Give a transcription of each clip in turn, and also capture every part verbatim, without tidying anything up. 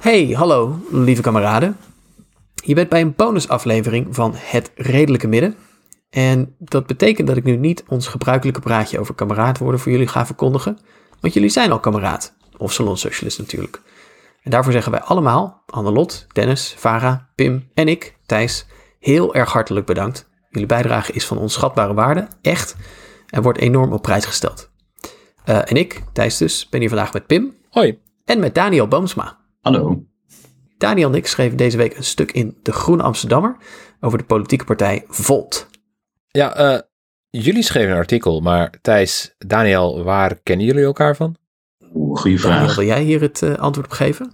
Hey, hallo, lieve kameraden. Je bent bij een bonusaflevering van Het Redelijke Midden. En dat betekent dat ik nu niet ons gebruikelijke praatje over kameraad worden voor jullie ga verkondigen. Want jullie zijn al kameraad. Of salonsocialist natuurlijk. En daarvoor zeggen wij allemaal, Annelot, Dennis, Farah, Pim en ik, Thijs, heel erg hartelijk bedankt. Jullie bijdrage is van onschatbare waarde, echt, en wordt enorm op prijs gesteld. Uh, en ik, Thijs dus, ben hier vandaag met Pim. Hoi. En met Daniel Boomsma. Hallo. Daniel en ik schreven deze week een stuk in De Groene Amsterdammer over de politieke partij Volt. Ja, uh, jullie schreven een artikel, maar Thijs, Daniel, waar kennen jullie elkaar van? Goeie vraag. Daniel, wil jij hier het uh, antwoord op geven?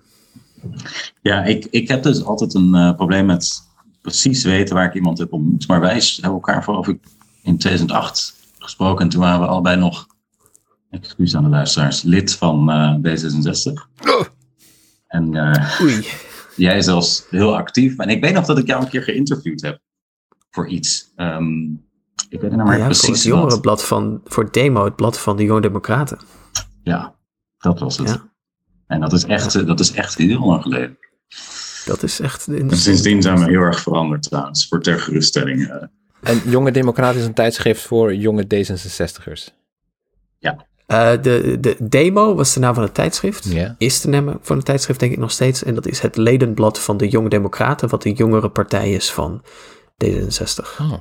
Ja, ik, ik heb dus altijd een uh, probleem met precies weten waar ik iemand heb ontmoet. Maar wij hebben elkaar voor in tweeduizend acht gesproken en toen waren we allebei nog, excuus aan de luisteraars, lid van uh, D zesenzestig. Oh. En uh, Oei. Jij zelfs heel actief. En ik weet nog dat ik jou een keer geïnterviewd heb voor iets. Um, ik weet het nou maar ja, precies voor het jongerenblad van, voor Demo, het blad van de Jonge Democraten. Ja, dat was het. Ja. En dat is echt, ja. dat is echt heel lang geleden. Dat is echt... En sindsdien zijn we heel erg veranderd trouwens, voor ter geruststelling. Uh. En Jonge Democraten is een tijdschrift voor jonge D zesenzestigers. Ja. Uh, de, de Demo was de naam van het tijdschrift. Ja. Is de naam van het tijdschrift denk ik nog steeds. En dat is het ledenblad van de Jonge Democraten, wat de jongere partij is van D zesenzestig. Oh.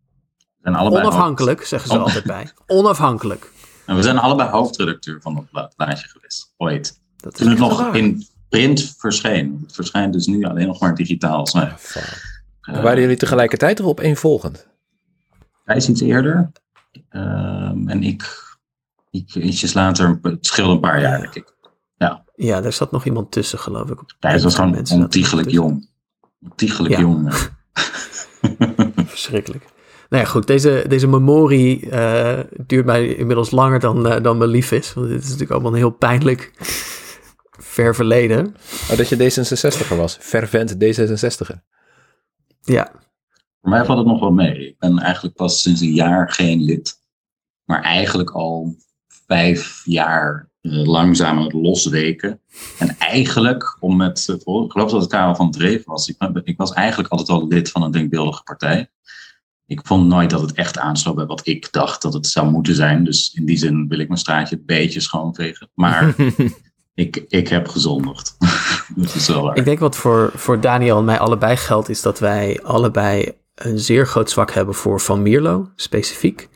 En allebei Onafhankelijk, hoofd... zeggen ze er altijd bij. Onafhankelijk. En we zijn allebei hoofdredacteur van dat blaadje geweest, ooit. Dat is Toen het nog waar. in print verscheen. Het verschijnt dus nu alleen nog maar digitaal. Dus, nou, uh, waren jullie tegelijkertijd of opeenvolgend? Hij is iets eerder. Uh, en ik, ik ietsjes later, het scheelde een paar jaar denk ik. Ja, ja daar zat nog iemand tussen geloof ik. Hij was gewoon ontiegelijk jong. Ontiegelijk ja. jong. Verschrikkelijk. Nou ja, goed, deze, deze memorie uh, duurt mij inmiddels langer dan, uh, dan me lief is. Want dit is natuurlijk allemaal een heel pijnlijk ver verleden. Oh, dat je D zesenzestiger was. Fervent D zesenzestiger. Ja. Voor mij valt het nog wel mee. Ik ben eigenlijk pas sinds een jaar geen lid. Maar eigenlijk al vijf jaar uh, langzaam aan het losweken. En eigenlijk, om met, uh, ik geloof dat het Karel van Dreef was. Ik, ik was eigenlijk altijd al lid van een denkbeeldige partij. Ik vond nooit dat het echt aansloot bij wat ik dacht dat het zou moeten zijn. Dus in die zin wil ik mijn straatje een beetje schoonvegen. Maar ik, ik heb gezondigd. Dat is wel waar. Ik denk wat voor, voor Daniel en mij allebei geldt, is dat wij allebei een zeer groot zwak hebben voor Van Mierlo, specifiek.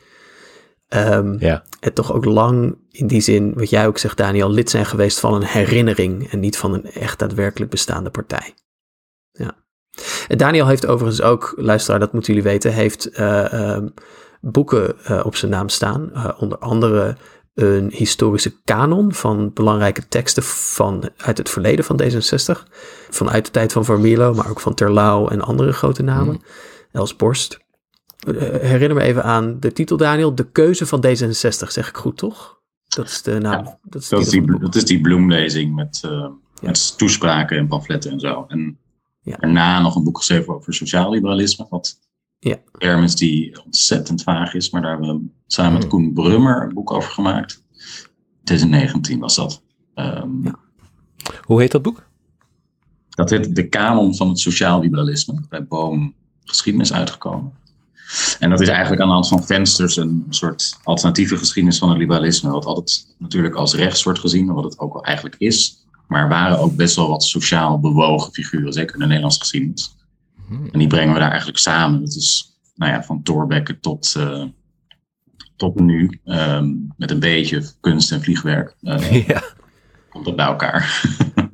Um, ja. En toch ook lang in die zin, wat jij ook zegt Daniel, lid zijn geweest van een herinnering en niet van een echt daadwerkelijk bestaande partij. Ja. Daniel heeft overigens ook, luisteraar, dat moeten jullie weten, heeft uh, um, boeken uh, op zijn naam staan. Uh, onder andere een historische kanon van belangrijke teksten van, uit het verleden van D zesenzestig. Vanuit de tijd van Van Mierlo, maar ook van Terlouw en andere grote namen. Mm. Els Borst. Uh, herinner me even aan de titel, Daniel. De keuze van D zesenzestig, zeg ik goed, toch? Dat is de naam. Ja, dat is, dat is, die, dat is die bloemlezing met, uh, ja. met toespraken en pamfletten en zo. En ja. Daarna nog een boek geschreven over sociaal liberalisme. Wat ja. term is die ontzettend vaag is. Maar daar hebben we samen met Koen Brummer een boek over gemaakt. twintig negentien was dat. Um, ja. Hoe heet dat boek? Dat heet De Kanon van het Sociaal Liberalisme. Bij Boom Geschiedenis uitgekomen. En dat is eigenlijk aan de hand van vensters een soort alternatieve geschiedenis van het liberalisme. Wat altijd natuurlijk als rechts wordt gezien. Wat het ook wel eigenlijk is. Maar er waren ook best wel wat sociaal bewogen figuren, zeker in de Nederlandse geschiedenis. Hmm. En die brengen we daar eigenlijk samen. Dat is nou ja, van Thorbecke tot, uh, tot nu, um, met een beetje kunst en vliegwerk. Uh, ja. Komt dat bij elkaar.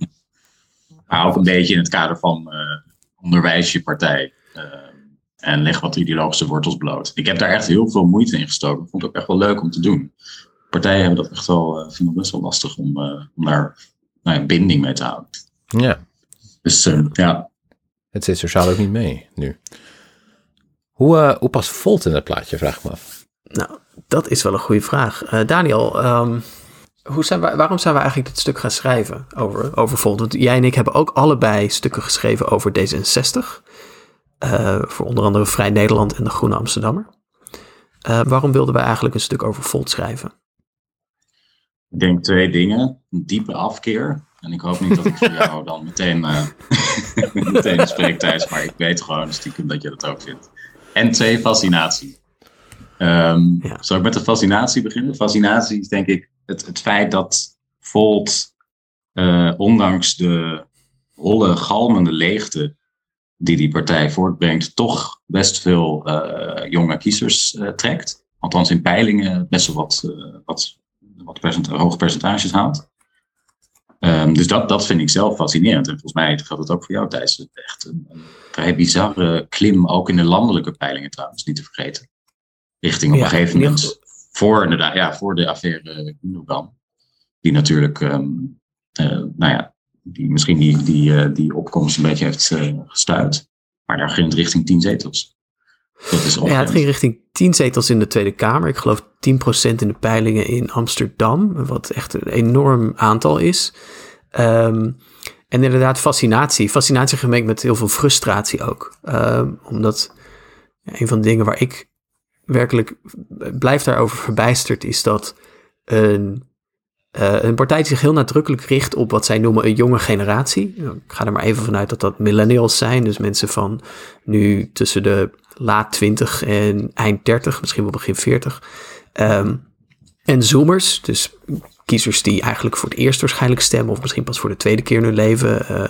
Maar ook een beetje in het kader van uh, onderwijs je partij. Uh, en leg wat ideologische wortels bloot. Ik heb daar echt heel veel moeite in gestoken. Ik vond het ook echt wel leuk om te doen. Partijen hebben dat echt wel, uh, vinden het best wel lastig om, uh, om daar... Nou ja, binding mee te houden. Ja. Dus uh, ja. Het zit sociaal ook niet mee nu. Hoe, uh, hoe past Volt in het plaatje, vraag ik me af. Nou, dat is wel een goede vraag. Uh, Daniel, um, hoe zijn we, waarom zijn we eigenlijk dit stuk gaan schrijven over, over Volt? Want jij en ik hebben ook allebei stukken geschreven over D zesenzestig. Uh, voor onder andere Vrij Nederland en De Groene Amsterdammer. Uh, waarom wilden wij eigenlijk een stuk over Volt schrijven? Ik denk twee dingen. Een diepe afkeer En ik hoop niet dat ik voor jou dan meteen, uh, meteen spreek, Thijs. Maar ik weet gewoon stiekem dat je dat ook vindt. En twee, fascinatie. Um, ja. Zal ik met de fascinatie beginnen? Fascinatie is denk ik het, het feit dat Volt, uh, ondanks de holle, galmende leegte die die partij voortbrengt, toch best veel uh, jonge kiezers uh, trekt. Althans in peilingen best wel wat, uh, wat, wat percent- hoge percentages haalt. Um, dus dat, dat vind ik zelf fascinerend. En volgens mij geldt het ook voor jou, Thijs. Echt een, een vrij bizarre klim, ook in de landelijke peilingen trouwens, niet te vergeten. Richting op ja, een gegeven moment, ja. voor, inderdaad, ja, voor de affaire Gundogan. Die natuurlijk, um, uh, nou ja, die misschien die, die, uh, die opkomst een beetje heeft uh, gestuit. Maar daar ging het richting tien zetels. Dat is ja, het ging richting tien zetels in de Tweede Kamer. Ik geloof tien procent in de peilingen in Amsterdam. Wat echt een enorm aantal is. Um, en inderdaad fascinatie. Fascinatie gemengd met heel veel frustratie ook. Um, omdat ja, een van de dingen waar ik werkelijk blijf daarover verbijsterd is dat een... Uh, een partij die zich heel nadrukkelijk richt op wat zij noemen een jonge generatie. Ik ga er maar even vanuit dat dat millennials zijn. Dus mensen van nu tussen de laat twintig en eind dertig, misschien wel begin veertig. Um, en zoomers, dus kiezers die eigenlijk voor het eerst waarschijnlijk stemmen, of misschien pas voor de tweede keer in hun leven, uh,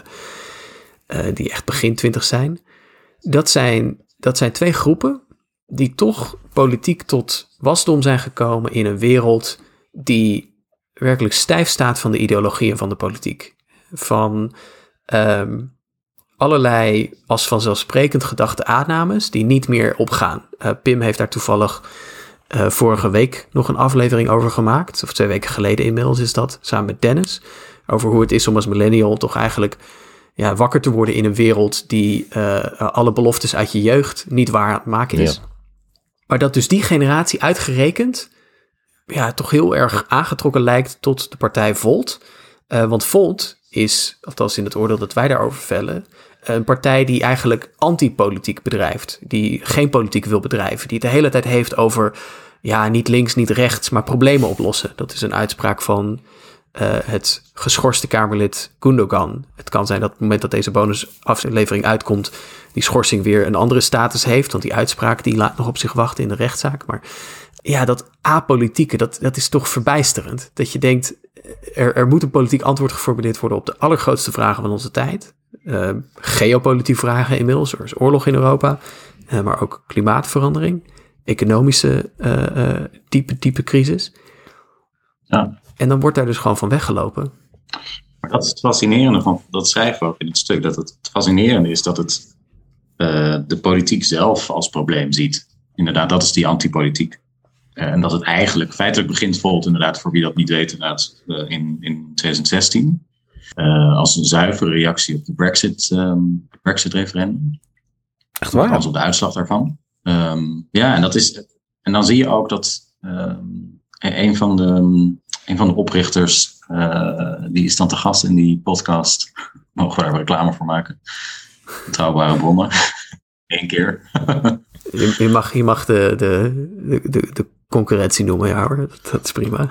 uh, die echt begin twintig zijn. Dat zijn, dat zijn twee groepen die toch politiek tot wasdom zijn gekomen in een wereld die werkelijk stijf staat van de ideologie en van de politiek. Van um, allerlei als vanzelfsprekend gedachte aannames die niet meer opgaan. Uh, Pim heeft daar toevallig uh, vorige week nog een aflevering over gemaakt. Of twee weken geleden inmiddels is dat, samen met Dennis. Over hoe het is om als millennial toch eigenlijk ja, wakker te worden in een wereld die uh, alle beloftes uit je jeugd niet waar aan het maken is. Ja. Maar dat dus die generatie uitgerekend ja, toch heel erg aangetrokken lijkt tot de partij Volt. Uh, want Volt is, althans in het oordeel dat wij daarover vellen, een partij die eigenlijk antipolitiek bedrijft. Die geen politiek wil bedrijven. Die het de hele tijd heeft over, ja, niet links, niet rechts, maar problemen oplossen. Dat is een uitspraak van uh, het geschorste Kamerlid Gundogan. Het kan zijn dat op het moment dat deze bonusaflevering uitkomt, die schorsing weer een andere status heeft. Want die uitspraak die laat nog op zich wachten in de rechtszaak. Maar ja, dat apolitieke, dat, dat is toch verbijsterend. Dat je denkt, er, er moet een politiek antwoord geformuleerd worden op de allergrootste vragen van onze tijd. Uh, geopolitieke vragen inmiddels, er is oorlog in Europa, uh, maar ook klimaatverandering, economische uh, uh, diepe, diepe crisis. Ja. En dan wordt daar dus gewoon van weggelopen. Maar dat is het fascinerende van, dat schrijven we ook in het stuk, dat het, het fascinerende is dat het uh, de politiek zelf als probleem ziet. Inderdaad, dat is die antipolitiek. Uh, en dat het eigenlijk feitelijk begint Volt, inderdaad, voor wie dat niet weet, inderdaad, uh, in, in twintig zestien. Uh, als een zuivere reactie op de Brexit, um, Brexit-referendum. Echt waar? Als op de uitslag daarvan. Um, ja, en dat is. En dan zie je ook dat um, een, van de, een van de oprichters, uh, die is dan te gast in die podcast. Mogen we daar reclame voor maken? Betrouwbare bronnen. Eén keer. je, je mag, je mag de, de, de, de concurrentie noemen, ja hoor. Dat, dat is prima.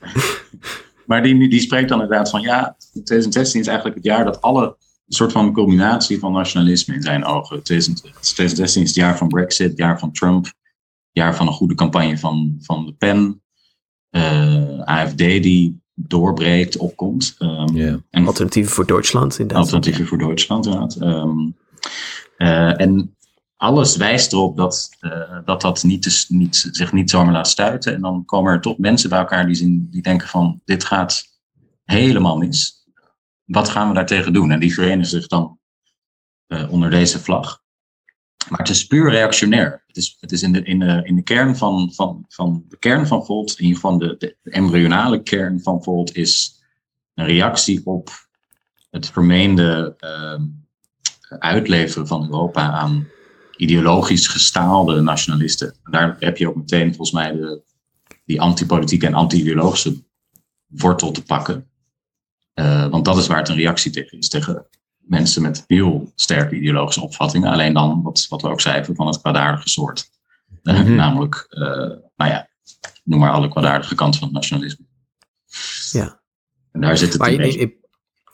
Maar die, die spreekt dan inderdaad van, ja, twintig zestien is eigenlijk het jaar dat alle een soort van culminatie van nationalisme in zijn ogen. twintig zestien is het jaar van Brexit, het jaar van Trump, het jaar van een goede campagne van, van Le Pen, uh, A F D die doorbreekt, opkomt. Um, yeah. en alternatieven voor Duitsland. In alternatieven voor Duitsland, inderdaad. Um, uh, en alles wijst erop dat uh, dat, dat niet, dus niet, zich niet zomaar laat stuiten. En dan komen er toch mensen bij elkaar die, zien, die denken van, dit gaat helemaal mis. Wat gaan we daartegen doen? En die verenigen zich dan uh, onder deze vlag. Maar het is puur reactionair. Het is, het is in, de, in, de, in de kern van, van, van de kern van Volt, in ieder geval de, de embryonale kern van Volt, is een reactie op het vermeende uh, uitleveren van Europa aan ideologisch gestaalde nationalisten. En daar heb je ook meteen volgens mij de, die antipolitieke en anti-ideologische wortel te pakken. Uh, want dat is waar het een reactie tegen is. Tegen mensen met heel sterke ideologische opvattingen. Alleen dan, wat, wat we ook zeiden, van het kwaadaardige soort. Uh, mm-hmm. Namelijk, uh, nou ja, noem maar alle kwaadaardige kanten van het nationalisme. Ja. En daar zit het maar een je, beetje. je,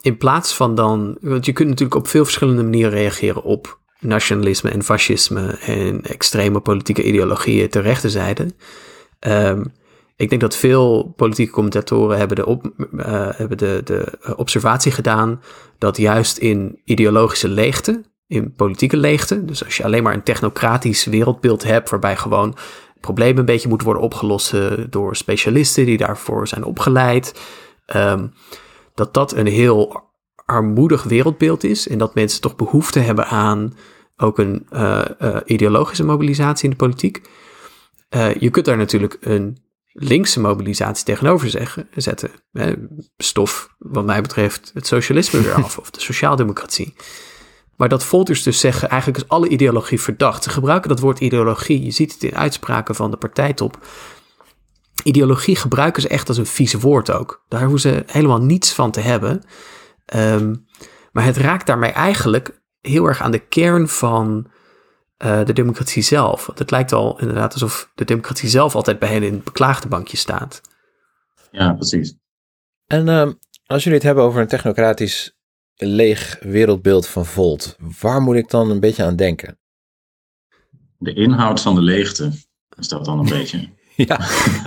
in plaats van dan... Want je kunt natuurlijk op veel verschillende manieren reageren op nationalisme en fascisme en extreme politieke ideologieën ter rechterzijde. Um, ik denk dat veel politieke commentatoren hebben de, op, uh, hebben de, de observatie gedaan dat juist in ideologische leegte, in politieke leegte, dus als je alleen maar een technocratisch wereldbeeld hebt waarbij gewoon problemen een beetje moeten worden opgelost door specialisten die daarvoor zijn opgeleid, um, dat dat een heel armoedig wereldbeeld is en dat mensen toch behoefte hebben aan ook een uh, uh, ideologische mobilisatie in de politiek. Uh, je kunt daar natuurlijk een linkse mobilisatie tegenover zeggen, zetten. Hè, stof, wat mij betreft, het socialisme weer af of de sociaaldemocratie. Maar dat Volters dus zeggen, eigenlijk is alle ideologie verdacht. Ze gebruiken dat woord ideologie, je ziet het in uitspraken van de partijtop. Ideologie gebruiken ze echt als een vies woord ook. Daar hoeven ze helemaal niets van te hebben. Um, maar het raakt daarmee eigenlijk heel erg aan de kern van uh, de democratie zelf. Want het lijkt al inderdaad alsof de democratie zelf altijd bij hen in het beklaagde bankje staat. Ja, precies. En uh, als jullie het hebben over een technocratisch leeg wereldbeeld van Volt, waar moet ik dan een beetje aan denken? De inhoud van de leegte is dat dan een beetje. Ja.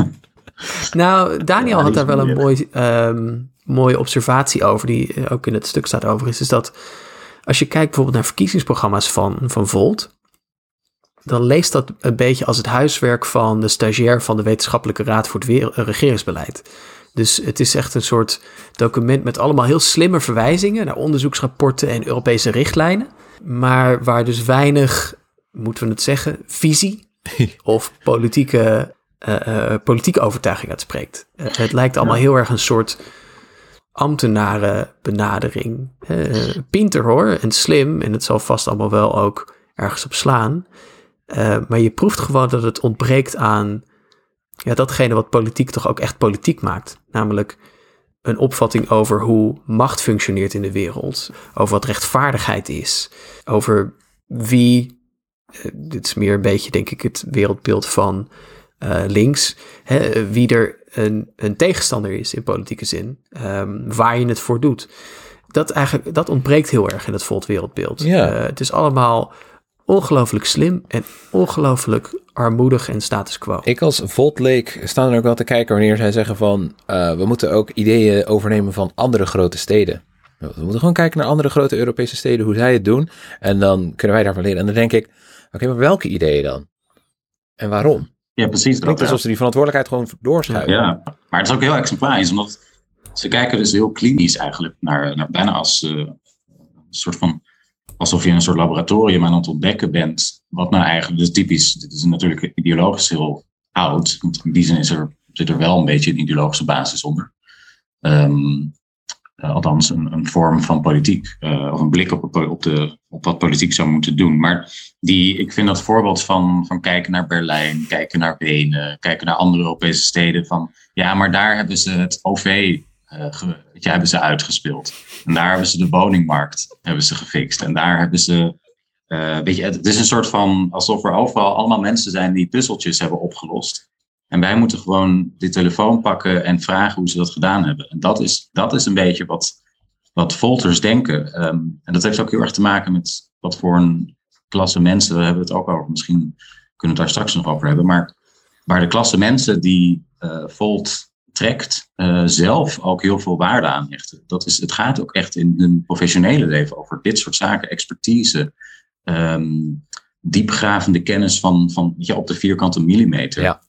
Nou, Daniel ja, had daar wel een mooi, um, mooie observatie over, die ook in het stuk staat overigens, is dat als je kijkt bijvoorbeeld naar verkiezingsprogramma's van, van Volt, dan leest dat een beetje als het huiswerk van de stagiair van de Wetenschappelijke Raad voor het Weer- Regeringsbeleid. Dus het is echt een soort document met allemaal heel slimme verwijzingen naar onderzoeksrapporten en Europese richtlijnen, maar waar dus weinig, moeten we het zeggen, visie of politieke, uh, uh, politieke overtuiging uit spreekt. Uh, het lijkt allemaal heel erg een soort ambtenarenbenadering. Uh, pinter hoor, en slim, en het zal vast allemaal wel ook ergens op slaan. Uh, maar je proeft gewoon dat het ontbreekt aan ja, datgene wat politiek toch ook echt politiek maakt. Namelijk een opvatting over hoe macht functioneert in de wereld. Over wat rechtvaardigheid is. Over wie, uh, dit is meer een beetje denk ik het wereldbeeld van uh, links. Hè, wie er een, een tegenstander is in politieke zin. Um, waar je het voor doet. Dat, eigenlijk, dat ontbreekt heel erg in het Volt wereldbeeld. Ja. Uh, het is allemaal ongelooflijk slim en ongelooflijk armoedig en status quo. Ik als Volt-leek sta er ook wel te kijken wanneer zij zeggen van uh, we moeten ook ideeën overnemen van andere grote steden. We moeten gewoon kijken naar andere grote Europese steden, hoe zij het doen. En dan kunnen wij daarvan leren. En dan denk ik, oké, okay, maar welke ideeën dan? En waarom? Ja, precies. Het klinkt alsof ze die verantwoordelijkheid gewoon doorschuiven. Ja, maar het is ook heel exemplarisch, omdat ze kijken dus heel klinisch eigenlijk naar, naar bijna als uh, een soort van, alsof je in een soort laboratorium aan het ontdekken bent, wat nou eigenlijk, dus typisch, dit is natuurlijk ideologisch heel oud, want in die zin is er, zit er wel een beetje een ideologische basis onder. Um, uh, althans, een, een vorm van politiek, uh, of een blik op, op, de, op wat politiek zou moeten doen. Maar die, ik vind dat voorbeeld van, van kijken naar Berlijn, kijken naar Wenen, kijken naar andere Europese steden, van ja, maar daar hebben ze het O V uh, ge, ja, hebben ze uitgespeeld. En daar hebben ze de woningmarkt hebben ze gefixt. En daar hebben ze, uh, weet je, het is een soort van, alsof er overal allemaal mensen zijn die puzzeltjes hebben opgelost. En wij moeten gewoon die telefoon pakken en vragen hoe ze dat gedaan hebben. En dat is, dat is een beetje wat, wat Volters denken. Um, en dat heeft ook heel erg te maken met wat voor een klasse mensen, daar hebben we het ook over. Misschien kunnen we het daar straks nog over hebben. Maar waar de klasse mensen die uh, Volt trekt, uh, zelf ook heel veel waarde aan hechten. Dat is, het gaat ook echt in hun professionele leven over dit soort zaken, expertise, um, diepgravende kennis van, van ja, op de vierkante millimeter. Ja.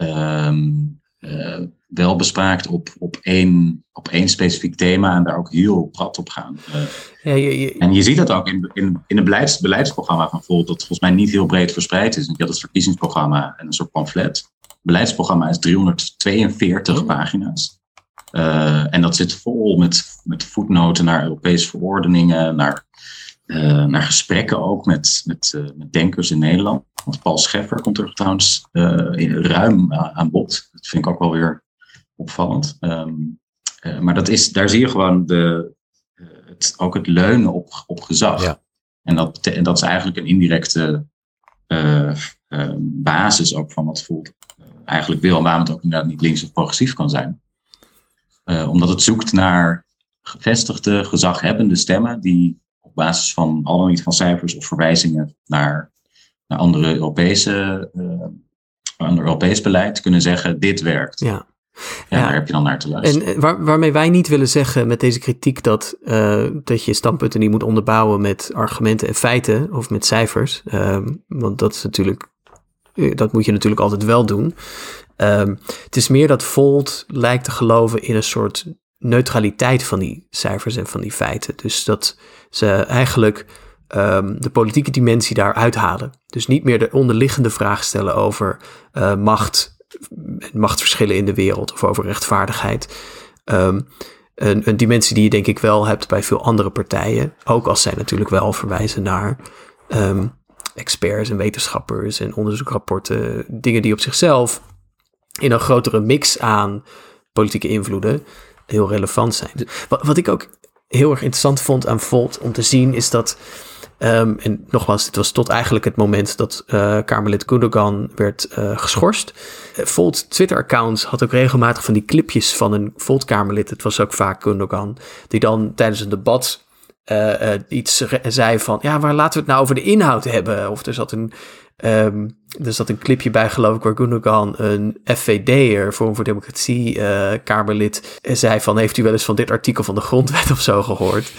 Um, uh, wel bespraakt op, op, één, op één specifiek thema en daar ook heel prat op gaan. Uh, ja, je, je, en je ziet dat ook in, in, in het beleids, beleidsprogramma van Volt, dat volgens mij niet heel breed verspreid is. Je had het verkiezingsprogramma en een soort pamflet. Het beleidsprogramma is driehonderdtweeënveertig pagina's. Uh, en dat zit vol met, met voetnoten naar Europese verordeningen, naar, uh, naar gesprekken ook met, met, uh, met denkers in Nederland. Want Paul Scheffer komt er trouwens uh, in, ruim uh, aan bod. Dat vind ik ook wel weer opvallend. Um, uh, maar dat is, daar zie je gewoon de, uh, het, ook het leunen op, op gezag. Ja. En, dat, en dat is eigenlijk een indirecte uh, uh, basis ook van wat Volt uh, eigenlijk wil. En waarom het ook inderdaad niet links of progressief kan zijn. Uh, omdat het zoekt naar gevestigde, gezaghebbende stemmen die op basis van al dan niet van cijfers of verwijzingen naar, naar andere Europese, uh, ander Europees beleid kunnen zeggen, dit werkt. Ja. Ja, ja, daar heb je dan naar te luisteren. En waar, waarmee wij niet willen zeggen met deze kritiek dat, uh, dat je standpunten niet moet onderbouwen met argumenten en feiten of met cijfers. Um, want dat is natuurlijk, dat moet je natuurlijk altijd wel doen. Um, het is meer dat Volt lijkt te geloven in een soort neutraliteit van die cijfers en van die feiten. Dus dat ze eigenlijk um, de politieke dimensie daar uithalen. Dus niet meer de onderliggende vraag stellen over uh, macht, machtsverschillen in de wereld of over rechtvaardigheid. Um, een, een dimensie die je denk ik wel hebt bij veel andere partijen. Ook als zij natuurlijk wel verwijzen naar um, experts en wetenschappers en onderzoekrapporten. Dingen die op zichzelf in een grotere mix aan politieke invloeden heel relevant zijn. Wat, wat ik ook heel erg interessant vond aan Volt om te zien is dat, um, en nogmaals, dit was tot eigenlijk het moment dat uh, Kamerlid Gundogan werd uh, geschorst. Uh, Volt Twitter-account had ook regelmatig van die clipjes van een Volt-Kamerlid, het was ook vaak Gundogan, die dan tijdens een debat uh, uh, iets re- zei van, ja, waar laten we het nou over de inhoud hebben? Of er zat een Um, er zat een clipje bij, geloof ik, waar Gundogan, een F V D'er, Forum voor Democratie, uh, Kamerlid, zei van, heeft u wel eens van dit artikel van de grondwet of zo gehoord?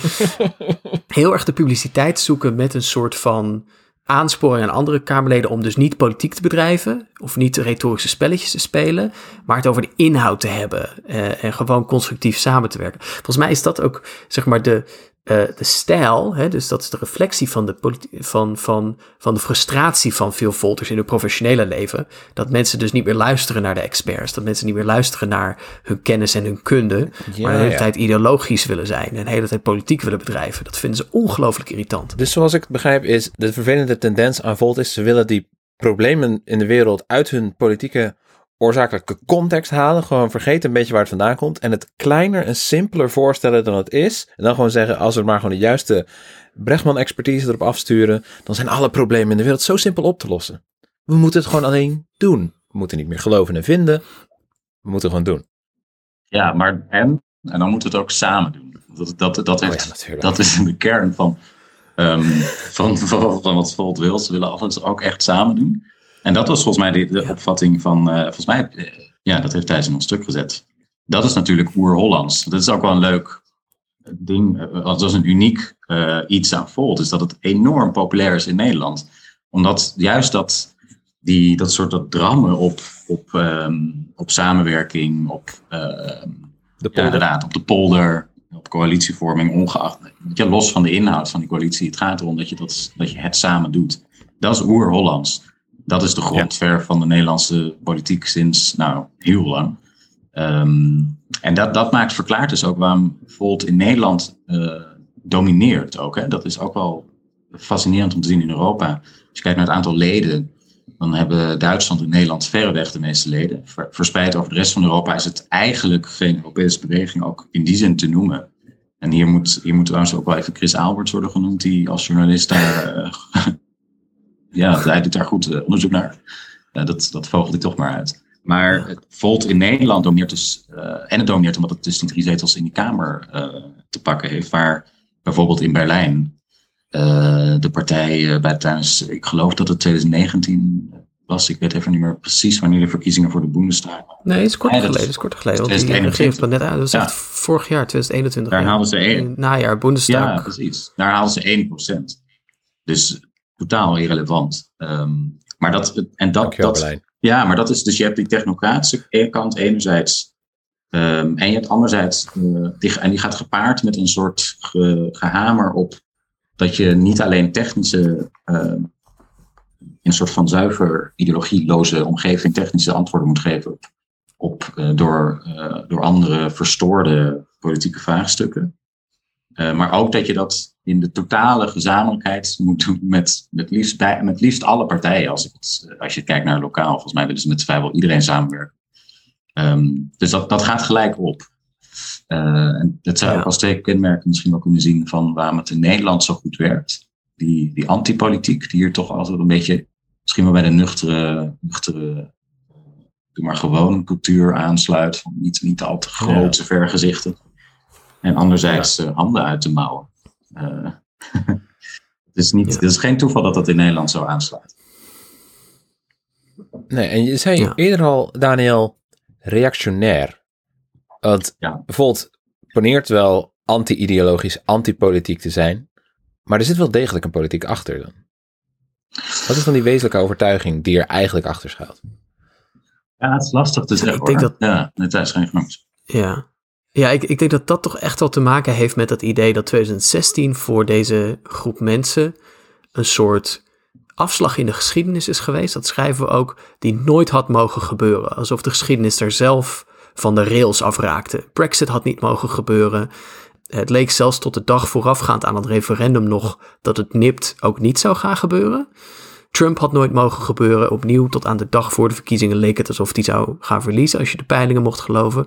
Heel erg de publiciteit zoeken met een soort van aansporing aan andere Kamerleden om dus niet politiek te bedrijven of niet retorische spelletjes te spelen, maar het over de inhoud te hebben uh, en gewoon constructief samen te werken. Volgens mij is dat ook, zeg maar, de Uh, de stijl, hè, dus dat is de reflectie van de, politi- van, van, van de frustratie van veel Volters in hun professionele leven. Dat mensen dus niet meer luisteren naar de experts. Dat mensen niet meer luisteren naar hun kennis en hun kunde. Ja, maar de hele ja. tijd ideologisch willen zijn. En de hele tijd politiek willen bedrijven. Dat vinden ze ongelooflijk irritant. Dus zoals ik het begrijp is, de vervelende tendens aan Volt is, ze willen die problemen in de wereld uit hun politieke oorzakelijke context halen, gewoon vergeten een beetje waar het vandaan komt en het kleiner en simpeler voorstellen dan het is. En dan gewoon zeggen, als we maar gewoon de juiste Bregman-expertise erop afsturen, dan zijn alle problemen in de wereld zo simpel op te lossen. We moeten het gewoon alleen doen. We moeten niet meer geloven en vinden. We moeten gewoon doen. Ja, maar en, en dan moeten we het ook samen doen. Dat, dat, dat, heeft, oh ja, dat is de kern van, um, van, van, van wat Volt wil. Ze willen alles ook echt samen doen. En dat was volgens mij de, de opvatting van, uh, volgens mij, uh, ja, dat heeft Thijs in ons stuk gezet. Dat is natuurlijk oer-Hollands. Dat is ook wel een leuk ding, uh, dat is een uniek uh, iets aan Volt, is dat het enorm populair is in Nederland. Omdat juist dat, die, dat soort dat drammen op, op, um, op samenwerking, op, uh, de ja, inderdaad, op de polder, op coalitievorming, ongeacht, ja, los van de inhoud van die coalitie. Het gaat erom dat je, dat, dat je het samen doet. Dat is oer-Hollands. Dat is de grondverf ja. van de Nederlandse politiek sinds, nou, heel lang. Um, en dat, dat maakt verklaard dus ook waarom Volt in Nederland uh, domineert ook. Hè. Dat is ook wel fascinerend om te zien in Europa. Als je kijkt naar het aantal leden, dan hebben Duitsland en Nederland verreweg de meeste leden. Ver, verspreid over de rest van Europa is het eigenlijk geen Europese beweging ook in die zin te noemen. En hier moet, hier moet trouwens ook wel even Chris Alberts worden genoemd, die als journalist daar... Uh, Ja, hij doet daar goed uh, onderzoek naar. Uh, dat, dat vogelt hij toch maar uit. Maar het Volt in Nederland domineert dus... Uh, en het domineert omdat het dus die drie zetels in die Kamer uh, te pakken heeft. Waar bijvoorbeeld in Berlijn uh, de partij uh, bij tijdens... Ik geloof dat het twintig negentien was. Ik weet even niet meer precies wanneer de verkiezingen voor de Bundestag... Nee, het is kort geleden. Het is kort geleden. Want die regering van net uit. Dat is ja. echt vorig jaar, twintig eenentwintig. Daar haalden ze één. Najaar, Bundestag. Ja, precies. Daar haalden ze één procent. Dus... totaal irrelevant. Um, maar dat, en dat, dat, ja, maar dat is dus, je hebt die technocratische kant enerzijds, um, en je hebt anderzijds, uh, die, en die gaat gepaard met een soort ge, gehamer op dat je niet alleen technische, uh, in een soort van zuiver ideologieloze omgeving technische antwoorden moet geven op, op uh, door, uh, door andere verstoorde politieke vraagstukken. Uh, maar ook dat je dat in de totale gezamenlijkheid moet doen met, met, liefst, bij, met liefst alle partijen. Als, ik het, als je kijkt naar lokaal, volgens mij willen ze met vrijwel iedereen samenwerken. Um, dus dat, dat gaat gelijk op. Uh, en dat zou je ook als twee kenmerken misschien wel kunnen zien van waarom het in Nederland zo goed werkt. Die, die antipolitiek, die hier toch altijd een beetje, misschien wel bij de nuchtere, nuchtere doe maar gewoon cultuur aansluit. Van niet, niet al te grote ja. vergezichten. En anderzijds ja. uh, handen uit de mouwen. Uh, het, is niet, ja. het is geen toeval dat dat in Nederland zo aanslaat. Nee, en je zei ja. eerder al, Daniel, reactionair. Want ja. Volt poneert wel anti-ideologisch, anti-politiek te zijn, maar er zit wel degelijk een politiek achter dan. Wat is dan die wezenlijke overtuiging die er eigenlijk achter schuilt? Ja, het is lastig te zeggen. Ik denk dat, ja, het is geen genoemd. Ja, ja ik, ik denk dat dat toch echt wel te maken heeft met dat idee dat twintig zestien voor deze groep mensen een soort afslag in de geschiedenis is geweest. Dat schrijven we ook, die nooit had mogen gebeuren. Alsof de geschiedenis daar zelf van de rails afraakte. Brexit had niet mogen gebeuren. Het leek zelfs tot de dag voorafgaand aan het referendum nog dat het nipt ook niet zou gaan gebeuren. Trump had nooit mogen gebeuren. Opnieuw tot aan de dag voor de verkiezingen leek het alsof hij zou gaan verliezen, als je de peilingen mocht geloven.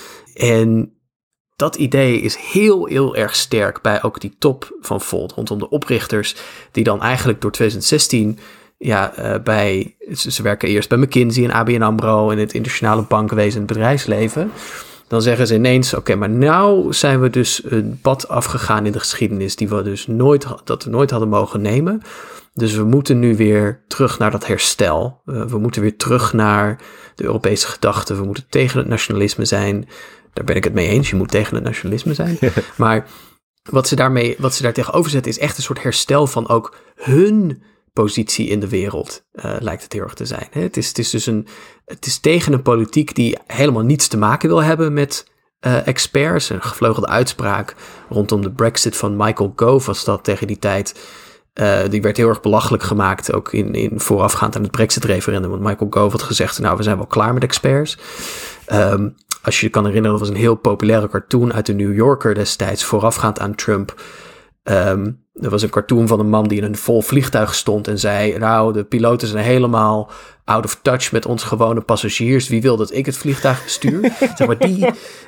En dat idee is heel, heel erg sterk bij ook die top van Volt, rondom de oprichters, die dan eigenlijk door twintig zestien, ja, uh, bij, ze, ze werken eerst bij McKinsey en A B N AMRO en het internationale bankwezen en het bedrijfsleven. Dan zeggen ze ineens, oké, okay, maar nou zijn we dus een pad afgegaan in de geschiedenis die we dus nooit, dat we nooit hadden mogen nemen. Dus we moeten nu weer terug naar dat herstel. Uh, we moeten weer terug naar de Europese gedachte. We moeten tegen het nationalisme zijn. Daar ben ik het mee eens. Je moet tegen het nationalisme zijn. Maar wat ze daarmee, wat ze daar tegenover zetten is echt een soort herstel van ook hun positie in de wereld, uh, lijkt het heel erg te zijn. Hè? Het is, het is dus een, het is tegen een politiek die helemaal niets te maken wil hebben met uh, experts. Een gevleugelde uitspraak rondom de Brexit van Michael Gove was dat tegen die tijd. Uh, die werd heel erg belachelijk gemaakt, ook in, in voorafgaand aan het Brexit-referendum. Want Michael Gove had gezegd, nou, we zijn wel klaar met experts. Um, als je je kan herinneren, dat was een heel populaire cartoon uit de New Yorker destijds, voorafgaand aan Trump. Um, er was een cartoon van een man die in een vol vliegtuig stond en zei, nou, de piloten zijn helemaal out of touch met ons gewone passagiers. Wie wil dat ik het vliegtuig bestuur? Zeg maar, die,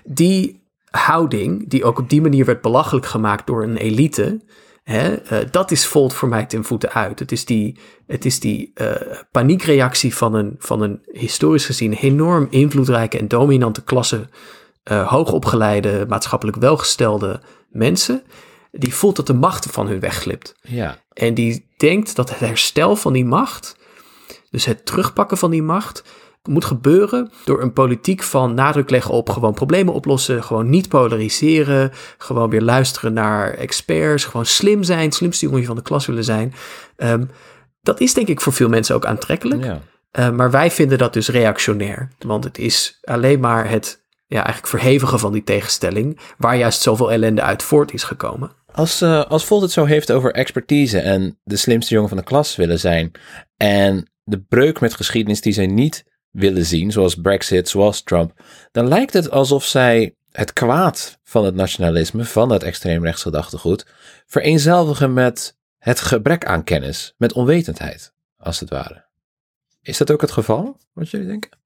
die houding, die ook op die manier werd belachelijk gemaakt door een elite, hè, uh, dat is Volt voor mij ten voeten uit. Het is die, het is die uh, paniekreactie van een, van een historisch gezien enorm invloedrijke en dominante klasse, uh, hoogopgeleide, maatschappelijk welgestelde mensen, die voelt dat de macht van hun wegglipt. Ja. En die denkt dat het herstel van die macht, dus het terugpakken van die macht, moet gebeuren door een politiek van nadruk leggen op gewoon problemen oplossen, gewoon niet polariseren, gewoon weer luisteren naar experts, gewoon slim zijn, het slimste jongetje van de klas willen zijn. Um, dat is denk ik voor veel mensen ook aantrekkelijk. Ja. Uh, maar wij vinden dat dus reactionair, want het is alleen maar het ja, eigenlijk verhevigen van die tegenstelling, waar juist zoveel ellende uit voort is gekomen. Als, uh, als Volt het zo heeft over expertise en de slimste jongen van de klas willen zijn en de breuk met geschiedenis die zij niet willen zien, zoals Brexit, zoals Trump, dan lijkt het alsof zij het kwaad van het nationalisme, van het extreemrechts gedachtegoed, vereenzelvigen met het gebrek aan kennis, met onwetendheid, als het ware. Is dat ook het geval, wat jullie denken?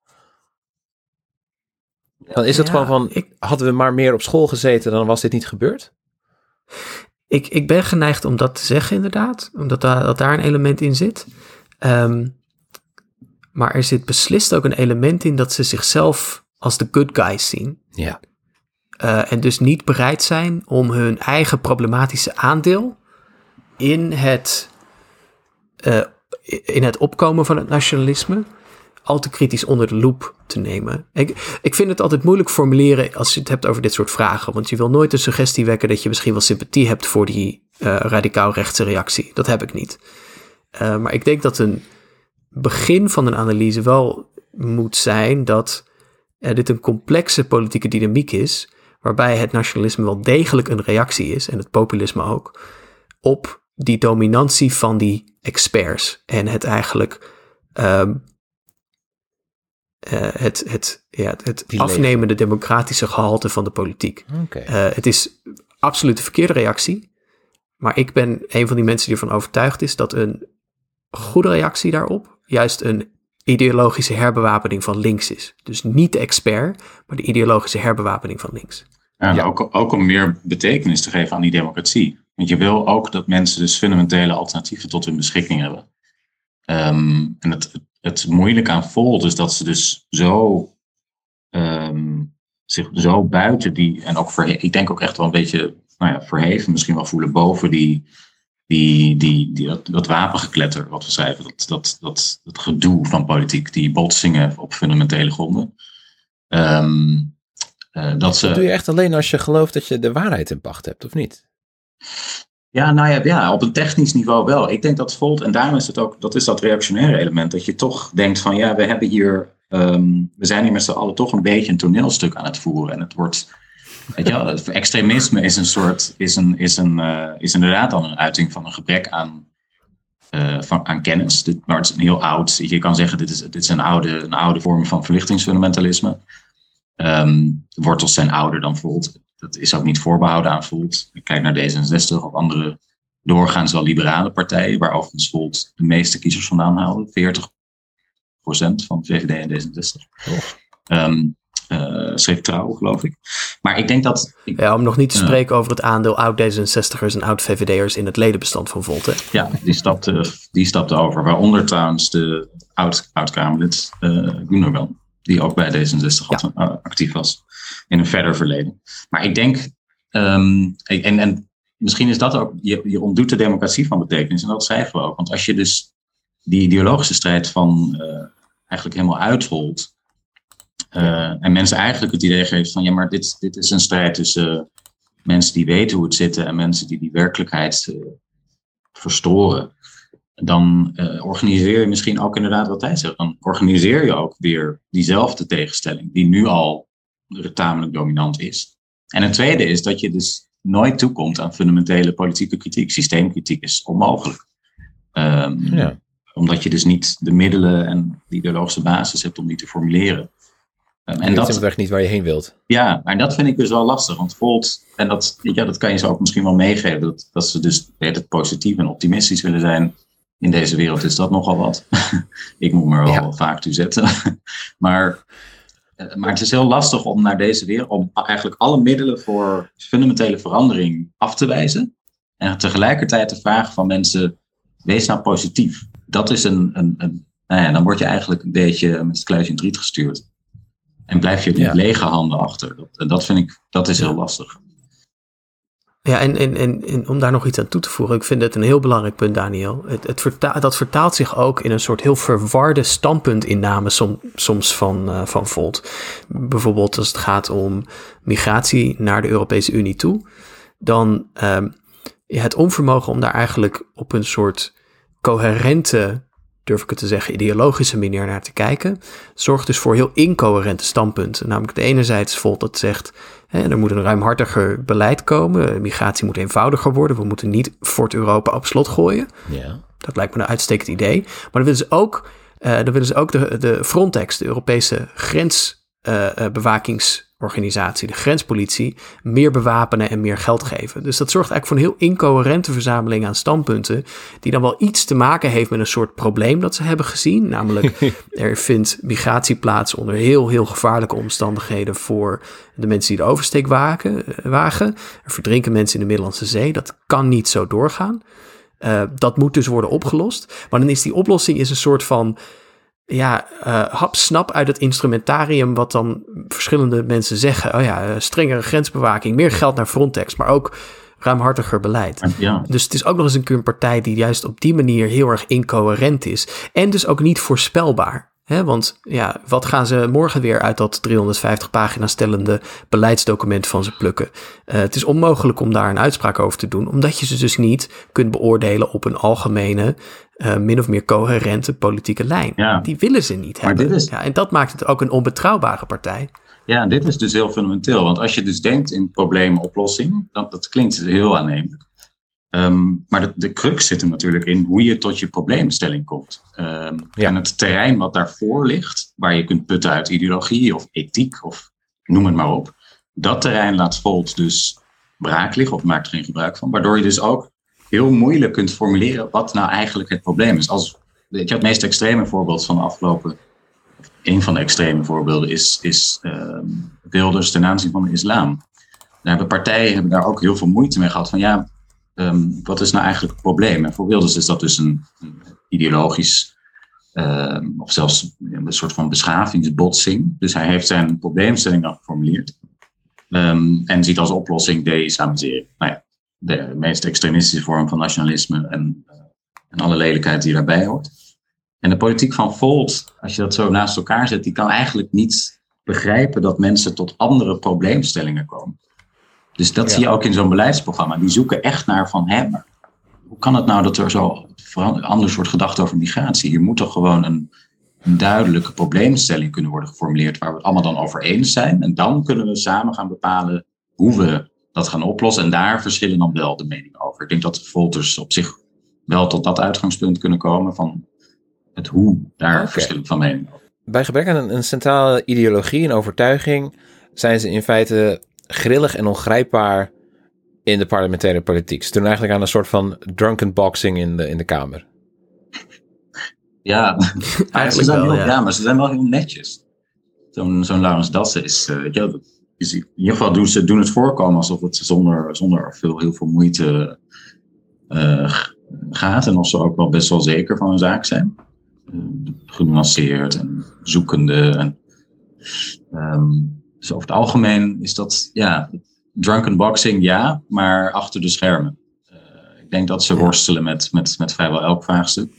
Dan is het ja, gewoon van, ik, hadden we maar meer op school gezeten, dan was dit niet gebeurd? Ik, ik ben geneigd om dat te zeggen, inderdaad. Omdat da- dat daar een element in zit. Um, maar er zit beslist ook een element in dat ze zichzelf als de good guys zien. Ja. Uh, en dus niet bereid zijn om hun eigen problematische aandeel in het, uh, in het opkomen van het nationalisme al te kritisch onder de loep te nemen. Ik, ik vind het altijd moeilijk formuleren als je het hebt over dit soort vragen. Want je wil nooit de suggestie wekken dat je misschien wel sympathie hebt voor die uh, radicaal rechtse reactie. Dat heb ik niet. Uh, maar ik denk dat een begin van een analyse wel moet zijn dat uh, dit een complexe politieke dynamiek is, waarbij het nationalisme wel degelijk een reactie is, en het populisme ook, op die dominantie van die experts. En het eigenlijk Um, Uh, het het, ja, het afnemende democratische gehalte van de politiek. Okay. Uh, het is absoluut de verkeerde reactie. Maar ik ben een van die mensen die ervan overtuigd is dat een goede reactie daarop juist een ideologische herbewapening van links is. Dus niet de expert, maar de ideologische herbewapening van links. Ja, ja. Ook, ook om meer betekenis te geven aan die democratie. Want je wil ook dat mensen dus fundamentele alternatieven tot hun beschikking hebben. Um, en het Het moeilijke aan Volt is dat ze dus zo um, zich zo buiten die, en ook verhe- ik denk ook echt wel een beetje nou ja, verheven, misschien wel voelen boven die, die, die, die, dat, dat wapengekletter wat we schrijven, dat, dat, dat, dat gedoe van politiek, die botsingen op fundamentele gronden. Um, uh, dat, ze, dat doe je echt alleen als je gelooft dat je de waarheid in pacht hebt, of niet? Ja, nou ja, ja, op een technisch niveau wel. Ik denk dat Volt, en daarom is het ook, dat is dat reactionaire element, dat je toch denkt van ja, we hebben hier, um, we zijn hier met z'n allen toch een beetje een toneelstuk aan het voeren. En het wordt, weet je wel, het extremisme is een soort, is, een, is, een, uh, is inderdaad dan een uiting van een gebrek aan, uh, van, aan kennis. Dit, maar het is een heel oud, je kan zeggen, dit is, dit is een, oude, een oude vorm van verlichtingsfundamentalisme. Um, de wortels zijn ouder dan Volt. Dat is ook niet voorbehouden aan Volt. Ik kijk naar D zesenzestig of andere doorgaans wel liberale partijen, waar overigens Volt de meeste kiezers vandaan haalde. veertig procent van V V D en D zesenzestig. Oh. Um, uh, schreef Trouw, geloof ik. Maar ik denk dat... Ik, ja, om nog niet te uh, spreken over het aandeel oud-D zesenzestigers en oud-V V D'ers in het ledenbestand van Volt. Hè? Ja, die stapte, die stapte over. Waaronder trouwens de oud, oud-Kamerlid uh, Gunnar, die ook bij D zesenzestig ja. uh, actief was in een verder verleden. Maar ik denk, um, en, en misschien is dat ook, je, je ontdoet de democratie van betekenis, en dat schrijven we ook. Want als je dus die ideologische strijd van uh, eigenlijk helemaal uitholt, uh, en mensen eigenlijk het idee geeft van, ja, maar dit, dit is een strijd tussen uh, mensen die weten hoe het zit en mensen die die werkelijkheid uh, verstoren, dan uh, organiseer je misschien ook inderdaad wat hij zegt. Dan organiseer je ook weer diezelfde tegenstelling, die nu al tamelijk dominant is. En een tweede is dat je dus nooit toekomt aan fundamentele politieke kritiek. Systeemkritiek is onmogelijk. Um, ja. Omdat je dus niet de middelen en de ideologische basis hebt om die te formuleren. Um, en dat is echt niet waar je heen wilt. Ja, maar dat vind ik dus wel lastig. Want Volt, en dat, ja, dat kan je ze ook misschien wel meegeven, dat, dat ze dus het positief en optimistisch willen zijn. In deze wereld is dat nogal wat. Ik moet me er wel ja. vaak toe zetten. maar, maar het is heel lastig om naar deze wereld, om eigenlijk alle middelen voor fundamentele verandering af te wijzen. En tegelijkertijd de vraag van mensen, wees nou positief. Dat is een, een, een nou ja, dan word je eigenlijk een beetje met het kluisje in het riet gestuurd. En blijf je met ja. lege handen achter. Dat, en dat vind ik, dat is heel lastig. Ja, en, en, en, en om daar nog iets aan toe te voegen, ik vind het een heel belangrijk punt, Daniel. Het, het verta- dat vertaalt zich ook in een soort heel verwarde standpuntinname som, soms van, uh, van Volt. Bijvoorbeeld als het gaat om migratie naar de Europese Unie toe, dan um, ja, het onvermogen om daar eigenlijk op een soort coherente, durf ik het te zeggen, ideologische manier naar te kijken, zorgt dus voor heel incoherente standpunten. Namelijk de enerzijds Volt dat zegt, hè, er moet een ruimhartiger beleid komen, migratie moet eenvoudiger worden, we moeten niet Fort Europa op slot gooien. Ja. Dat lijkt me een uitstekend idee. Maar dan willen ze ook, uh, dan willen ze ook de, de Frontex, de Europese grensbewakingsorganisatie, uh, uh, de grenspolitie, meer bewapenen en meer geld geven. Dus dat zorgt eigenlijk voor een heel incoherente verzameling aan standpunten, die dan wel iets te maken heeft met een soort probleem dat ze hebben gezien. Namelijk, er vindt migratie plaats onder heel, heel gevaarlijke omstandigheden voor de mensen die de oversteek wagen. wagen. Er verdrinken mensen in de Middellandse Zee. Dat kan niet zo doorgaan. Uh, dat moet dus worden opgelost. Maar dan is die oplossing is een soort van ja, uh, hapsnap uit het instrumentarium wat dan verschillende mensen zeggen. Oh ja, uh, strengere grensbewaking, meer geld naar Frontex, maar ook ruimhartiger beleid. Ja. Dus het is ook nog eens een keer een partij die juist op die manier heel erg incoherent is. En dus ook niet voorspelbaar. He, want ja, wat gaan ze morgen weer uit dat driehonderdvijftig pagina's stellende beleidsdocument van ze plukken? Uh, het is onmogelijk om daar een uitspraak over te doen, omdat je ze dus niet kunt beoordelen op een algemene, uh, min of meer coherente politieke lijn. Ja. Die willen ze niet maar hebben. Dit is... ja, en dat maakt het ook een onbetrouwbare partij. Ja, dit is dus heel fundamenteel. Want als je dus denkt in probleemoplossing, dan, dat klinkt heel aannemelijk. Um, maar de, de crux zit er natuurlijk in hoe je tot je probleemstelling komt. Um, ja. En het terrein wat daarvoor ligt, waar je kunt putten uit ideologie of ethiek of noem het maar op. Dat terrein laat Volt dus braak liggen of maakt er geen gebruik van. Waardoor je dus ook heel moeilijk kunt formuleren wat nou eigenlijk het probleem is. Als, weet je, het meest extreme voorbeeld van de afgelopen, een van de extreme voorbeelden is, is um, Wilders ten aanzien van de islam. Daar hebben partijen hebben daar ook heel veel moeite mee gehad van ja, Um, wat is nou eigenlijk het probleem? En voor Wilders is dat dus een, een ideologisch Uh, of zelfs een soort van beschavingsbotsing. Dus hij heeft zijn probleemstelling dan geformuleerd. Um, en ziet als oplossing de-islamisering. Nou ja, de meest extremistische vorm van nationalisme en, uh, en alle lelijkheid die daarbij hoort. En de politiek van Volt, als je dat zo naast elkaar zet, die kan eigenlijk niet begrijpen dat mensen tot andere probleemstellingen komen. Dus dat ja. zie je ook in zo'n beleidsprogramma. Die zoeken echt naar van, hé, maar hoe kan het nou dat er zo een ander soort gedachte over migratie? Hier moet toch gewoon een, een duidelijke probleemstelling kunnen worden geformuleerd waar we het allemaal dan over eens zijn. En dan kunnen we samen gaan bepalen hoe we dat gaan oplossen. En daar verschillen dan wel de meningen over. Ik denk dat Volters op zich wel tot dat uitgangspunt kunnen komen van het hoe daar okay. verschillen van mening over. Bij gebrek aan een, een centrale ideologie en overtuiging zijn ze in feite grillig en ongrijpbaar in de parlementaire politiek. Ze doen eigenlijk aan een soort van drunken boxing in de, in de Kamer. Ja, ze zijn wel, heel, ja. ja, maar ze zijn wel heel netjes. Zo'n, zo'n Laurens Dassen is, uh, ja, is... In ieder geval doen ze doen het voorkomen alsof het zonder, zonder veel, heel veel moeite uh, gaat. En of ze ook wel best wel zeker van hun zaak zijn. Uh, genuanceerd en zoekende. En, um, dus over het algemeen is dat, ja, drunken boxing, ja, maar achter de schermen. Uh, ik denk dat ze worstelen met, met, met vrijwel elk vraagstuk.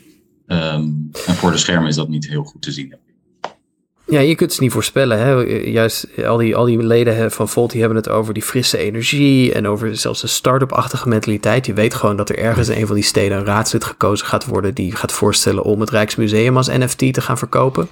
Um, en voor de schermen is dat niet heel goed te zien. Ja, je kunt het niet voorspellen. Hè? Juist al die, al die leden van Volt die hebben het over die frisse energie en over zelfs de start-up-achtige mentaliteit. Je weet gewoon dat er ergens in een van die steden een raadslid gekozen gaat worden die gaat voorstellen om het Rijksmuseum als N F T te gaan verkopen.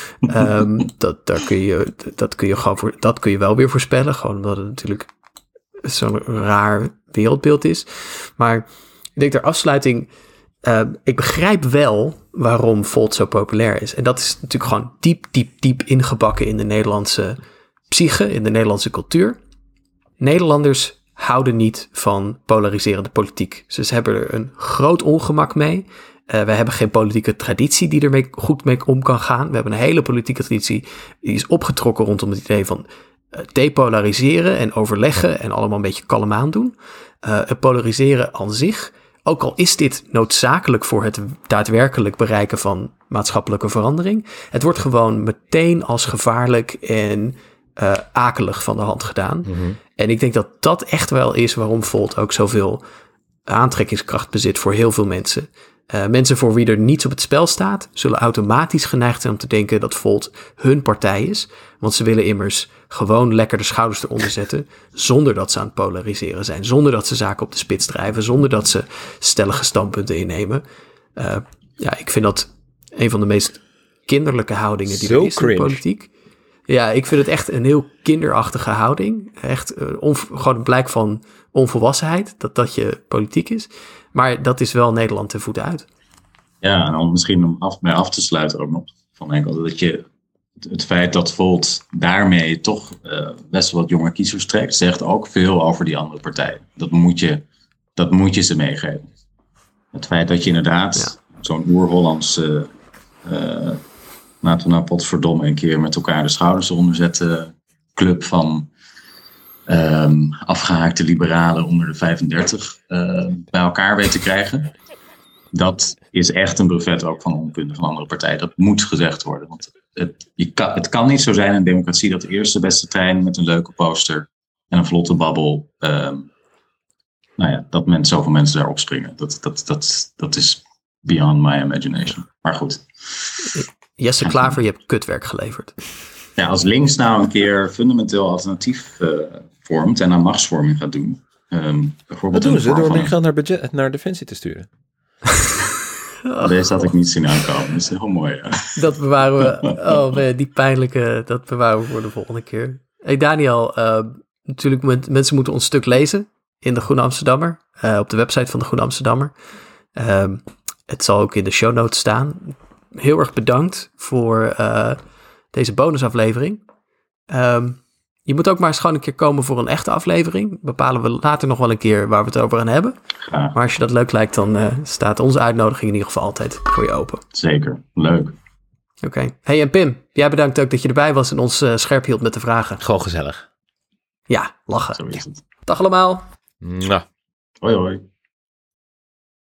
um, dat, daar kun je, dat, kun je gewoon voor, dat kun je wel weer voorspellen, gewoon omdat het natuurlijk zo'n raar wereldbeeld is. Maar ik denk ter afsluiting, uh, ik begrijp wel waarom Volt zo populair is. En dat is natuurlijk gewoon diep, diep, diep ingebakken in de Nederlandse psyche, in de Nederlandse cultuur. Nederlanders houden niet van polariserende politiek. Dus ze hebben er een groot ongemak mee. Uh, wij hebben geen politieke traditie die er goed mee om kan gaan. We hebben een hele politieke traditie die is opgetrokken rondom het idee van uh, depolariseren en overleggen en allemaal een beetje kalm aan doen. Uh, het polariseren aan zich, ook al is dit noodzakelijk voor het daadwerkelijk bereiken van maatschappelijke verandering, het wordt gewoon meteen als gevaarlijk en uh, akelig van de hand gedaan. Mm-hmm. En ik denk dat dat echt wel is waarom Volt ook zoveel aantrekkingskracht bezit voor heel veel mensen. Uh, mensen voor wie er niets op het spel staat, zullen automatisch geneigd zijn om te denken dat Volt hun partij is. Want ze willen immers gewoon lekker de schouders eronder zetten, zonder dat ze aan het polariseren zijn. Zonder dat ze zaken op de spits drijven, zonder dat ze stellige standpunten innemen. Uh, ja, ik vind dat een van de meest kinderlijke houdingen die so er is cringe. In de politiek. Ja, ik vind het echt een heel kinderachtige houding. Echt uh, onv- gewoon een blijk van onvolwassenheid, dat dat je politiek is. Maar dat is wel Nederland ten voeten uit. Ja, en dan misschien om af, mee af te sluiten ook nog van enkel dat je het, het feit dat Volt daarmee toch uh, best wel wat jonge kiezers trekt, zegt ook veel over die andere partijen. Dat moet je, dat moet je ze meegeven. Het feit dat je inderdaad ja. zo'n oer-Hollandse uh, laten we nou potverdomme een keer met elkaar de schouders eronder zetten club van Um, afgehaakte liberalen onder de vijfendertig uh, bij elkaar weten te krijgen. Dat is echt een brevet ook van onkunde van andere partijen. Dat moet gezegd worden. Want het, je kan, het kan niet zo zijn in een democratie dat de eerste beste trein met een leuke poster en een vlotte babbel, um, nou ja, dat men, zoveel mensen daarop springen. Dat, dat, dat, dat is beyond my imagination. Maar goed. Jesse Klaver, je hebt kutwerk geleverd. Ja, als links nou een keer fundamenteel alternatief uh, vormt en aan machtsvorming gaat doen. Um, bijvoorbeeld Wat doen ze door meer een... geld naar, budget, naar Defensie te sturen? Oh. Deze had ik niet zien aankomen. Dat is heel mooi. Ja. Dat bewaren we. Oh man, die pijnlijke, dat bewaren we voor de volgende keer. Hey Daniel, uh, natuurlijk met, mensen moeten ons stuk lezen in de Groene Amsterdammer. Uh, op de website van de Groene Amsterdammer. Um, het zal ook in de show notes staan. Heel erg bedankt voor uh, deze bonusaflevering. Um, je moet ook maar eens gewoon een keer komen voor een echte aflevering. Bepalen we later nog wel een keer waar we het over gaan hebben. Ja. Maar als je dat leuk lijkt, dan uh, staat onze uitnodiging in ieder geval altijd voor je open. Zeker, leuk. Oké. Okay. Hey en Pim, jij bedankt ook dat je erbij was en ons uh, scherp hield met de vragen. Gewoon gezellig. Ja, lachen. Zo is het. Dag allemaal. Mwah. Hoi hoi.